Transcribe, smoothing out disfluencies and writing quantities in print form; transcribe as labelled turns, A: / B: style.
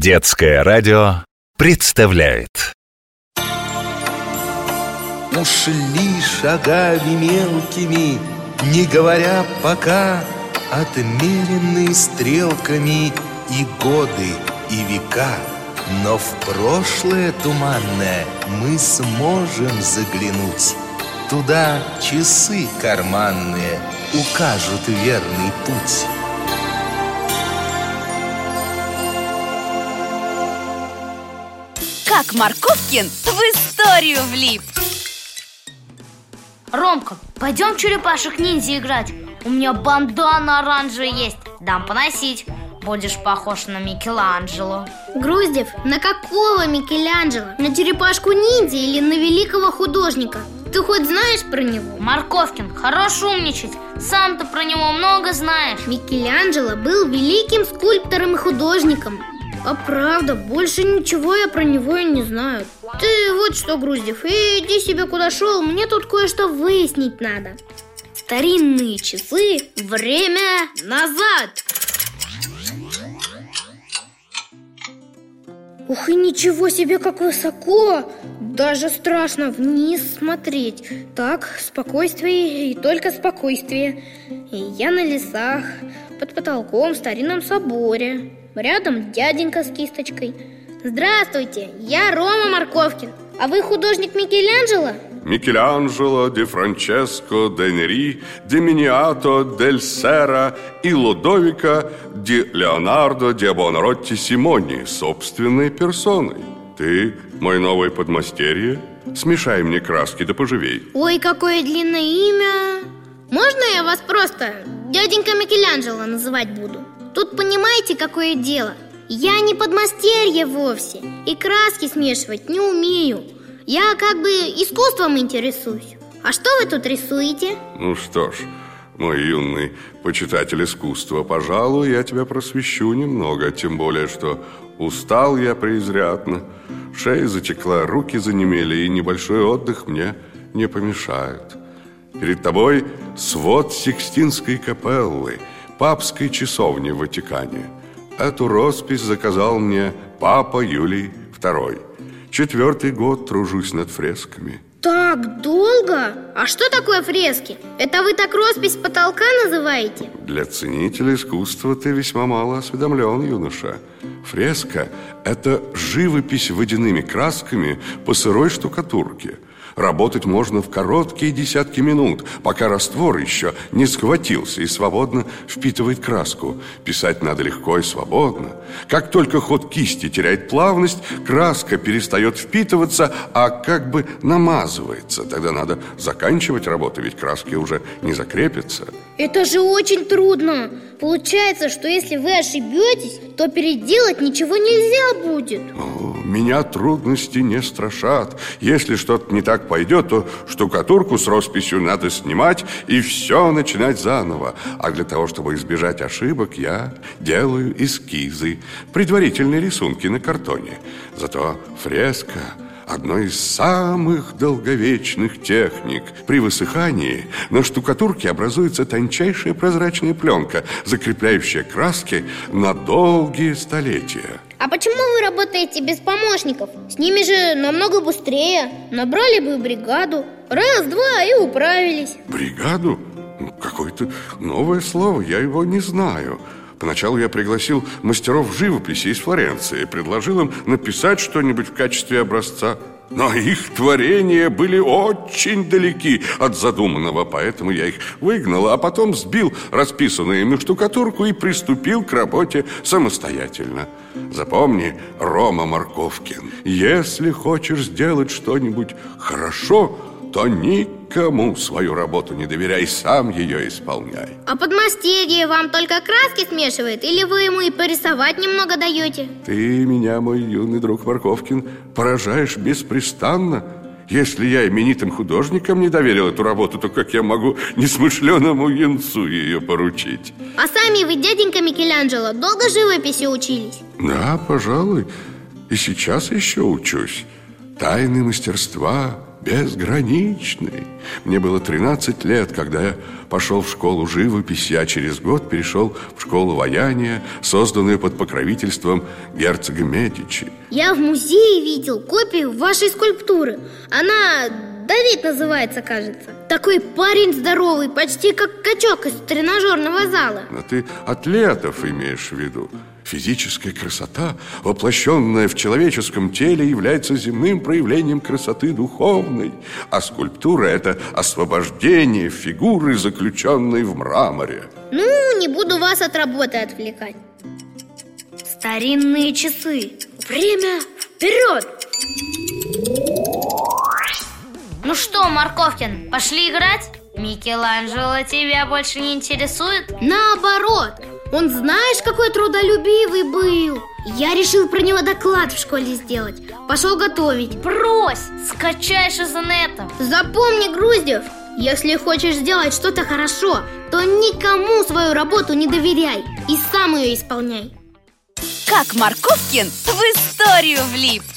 A: Детское радио представляет.
B: Ушли шагами мелкими, не говоря пока, отмеренные стрелками и годы, и века. Но в прошлое туманное мы сможем заглянуть. Туда часы карманные укажут верный путь.
C: Как Морковкин в историю влип.
D: Ромка, пойдем черепашек-ниндзя играть. У меня бандана оранжевая есть. Дам поносить. Будешь похож на Микеланджело.
E: Груздев, на какого Микеланджело? На черепашку-ниндзя или на великого художника? Ты хоть знаешь про него?
D: Морковкин, хорош умничать. Сам-то про него много знаешь.
E: Микеланджело был великим скульптором и художником. А правда, больше ничего я про него и не знаю. Ты вот что, Груздев, иди себе куда шел. Мне тут кое-что выяснить надо. Старинные часы, время назад. Ух, и ничего себе, как высоко! Даже страшно вниз смотреть. Так, спокойствие и только спокойствие. И я на лесах, под потолком в старинном соборе. Рядом дяденька с кисточкой. Здравствуйте, я Рома Морковкин. А вы художник Микеланджело?
F: Микеланджело, де Франческо, де Нери, де Миниато, дель Сера и Лодовико, де Леонардо, де Буонаротти Симони собственной персоной. Ты мой новый подмастерье? Смешай мне краски, да поживей.
E: Ой, какое длинное имя. Можно я вас просто дяденька Микеланджело называть буду? Тут понимаете, какое дело? Я не подмастерье вовсе, и краски смешивать не умею. Я как бы искусством интересуюсь. А что вы тут рисуете?
F: Ну что ж, мой юный почитатель искусства, пожалуй, я тебя просвещу немного. Тем более, что устал я преизрядно. Шея затекла, руки занемели, и небольшой отдых мне не помешает. Перед тобой свод Сикстинской капеллы, папской часовни в Ватикане. Эту роспись заказал мне папа Юлий II. 4-й год тружусь над фресками.
E: Так долго? А что такое фрески? Это вы так роспись с потолка называете?
F: Для ценителя искусства ты весьма мало осведомлен, юноша. Фреска – это живопись водяными красками по сырой штукатурке. Работать можно в короткие десятки минут, пока раствор еще не схватился и свободно впитывает краску. Писать надо легко и свободно. Как только ход кисти теряет плавность, краска перестает впитываться, а как бы намазывается. Тогда надо заканчивать работу, ведь краски уже не закрепятся.
E: Это же очень трудно. Получается, что если вы ошибетесь, то переделать ничего нельзя будет.
F: Меня трудности не страшат. Если что-то не так пойдет, то штукатурку с росписью надо снимать и все начинать заново. А для того, чтобы избежать ошибок, я делаю эскизы, предварительные рисунки на картоне. Зато фреска – одно из самых долговечных техник. При высыхании на штукатурке образуется тончайшая прозрачная пленка, закрепляющая краски на долгие столетия.
E: А почему вы работаете без помощников? С ними же намного быстрее. Набрали бы бригаду. Раз-два и управились.
F: Бригаду? Какое-то новое слово, я его не знаю. Поначалу я пригласил мастеров живописи из Флоренции, предложил им написать что-нибудь в качестве образца. Но их творения были очень далеки от задуманного, поэтому я их выгнал, а потом сбил расписанную ими штукатурку и приступил к работе самостоятельно. Запомни, Рома Морковкин, если хочешь сделать что-нибудь хорошо, то никому свою работу не доверяй, сам ее исполняй.
E: А подмастерье вам только краски смешивает? Или вы ему и порисовать немного даете?
F: Ты меня, мой юный друг Морковкин, поражаешь беспрестанно. Если я именитым художникам не доверил эту работу, то как я могу несмышленому юнцу ее поручить?
E: А сами вы, дяденька Микеланджело, долго живописи учились?
F: Да, пожалуй, и сейчас еще учусь. Тайны мастерства безграничны. Мне было 13 лет, когда я пошел в школу живописи, а через год перешел в школу ваяния, созданную под покровительством герцога Медичи.
E: Я в музее видел копию вашей скульптуры. Она Давид называется, кажется. Такой парень здоровый, почти как качок из тренажерного зала.
F: Но ты атлетов имеешь в виду. Физическая красота, воплощенная в человеческом теле, является земным проявлением красоты духовной. А скульптура – это освобождение фигуры, заключенной в мраморе.
E: Ну, не буду вас от работы отвлекать. Старинные часы. Время вперед!
D: Ну что, Морковкин, пошли играть? Микеланджело тебя больше не интересует?
E: Наоборот, он знаешь, какой трудолюбивый был. Я решил про него доклад в школе сделать. Пошел готовить.
D: Брось, скачаешь из инета.
E: Запомни, Груздев, если хочешь сделать что-то хорошо, то никому свою работу не доверяй и сам ее исполняй.
C: Как Морковкин в историю влип.